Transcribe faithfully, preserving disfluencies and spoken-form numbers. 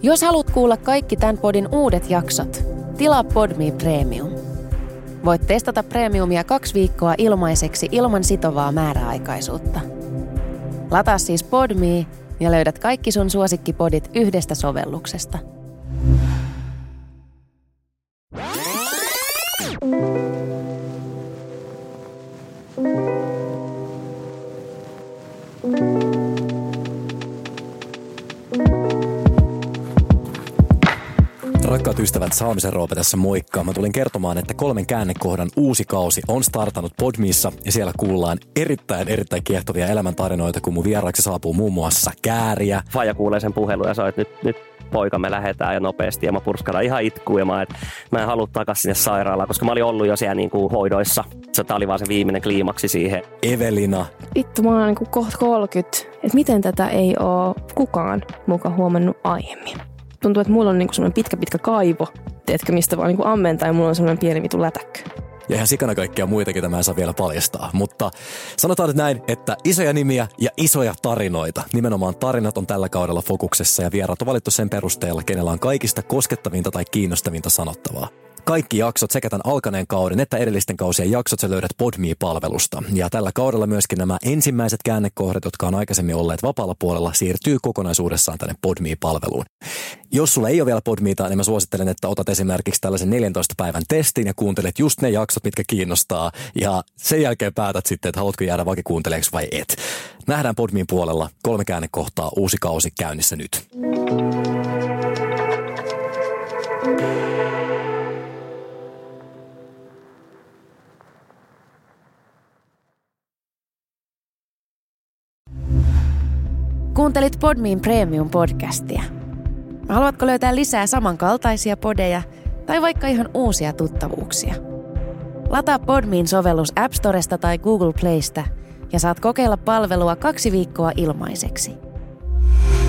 Jos haluat kuulla kaikki tämän podin uudet jaksot, tilaa Podme Premium. Voit testata Premiumia kaksi viikkoa ilmaiseksi ilman sitovaa määräaikaisuutta. Lataa siis Podme ja löydät kaikki sun suosikkipodit yhdestä sovelluksesta. Rakkaat ystävät, Saamisen Roope tässä moikka. Mä tulin kertomaan, että kolmen käännekohdan uusi kausi on startannut Podmessa ja siellä kuullaan erittäin, erittäin kiehtovia elämäntarinoita, kun mun vieraaksi saapuu muun muassa Kääriä. Faija kuulee sen puhelun ja sanoo, että nyt, nyt poika me lähdetään ja nopeasti ja mä purskataan ihan itkuun ja mä, että mä en halua takaisin sinne sairaalaan, koska mä olin ollut jo siellä niin kuin hoidoissa. Se oli vaan se viimeinen kliimaksi siihen. Evelina. Vittu, mä oon niin kuin kohta kolmekymmentä. Että miten tätä ei oo kukaan mukaan huomannut aiemmin. Tuntuu, että mulla on niinku semmoinen pitkä, pitkä kaivo, teetkö, mistä vaan niinku ammentaa ja mulla on semmoinen pieni vitu lätäkkö. Ja ihan sikana kaikkia muitakin tämä en saa vielä paljastaa. Mutta sanotaan nyt näin, että isoja nimiä ja isoja tarinoita. Nimenomaan tarinat on tällä kaudella fokuksessa ja vieraat on valittu sen perusteella, kenellä on kaikista koskettavinta tai kiinnostavinta sanottavaa. Kaikki jaksot, sekä tämän alkaneen kauden että edellisten kausien jaksot, sä löydät Podme-palvelusta. Ja tällä kaudella myöskin nämä ensimmäiset käännekohdat, jotka on aikaisemmin olleet vapaalla puolella, siirtyy kokonaisuudessaan tänne Podme-palveluun. Jos sulla ei ole vielä Podmeta, niin mä suosittelen, että otat esimerkiksi tällaisen neljäntoista päivän testin ja kuuntelet just ne jaksot, mitkä kiinnostaa. Ja sen jälkeen päätät sitten, että haluatko jäädä vakikuuntelijaksi vai et. Nähdään Podmen puolella. Kolme käännekohtaa, uusi kausi käynnissä nyt. Kuuntelit Podmen Premium-podcastia. Haluatko löytää lisää samankaltaisia podeja tai vaikka ihan uusia tuttavuuksia? Lataa Podmen sovellus App Storesta tai Google Playsta ja saat kokeilla palvelua kaksi viikkoa ilmaiseksi.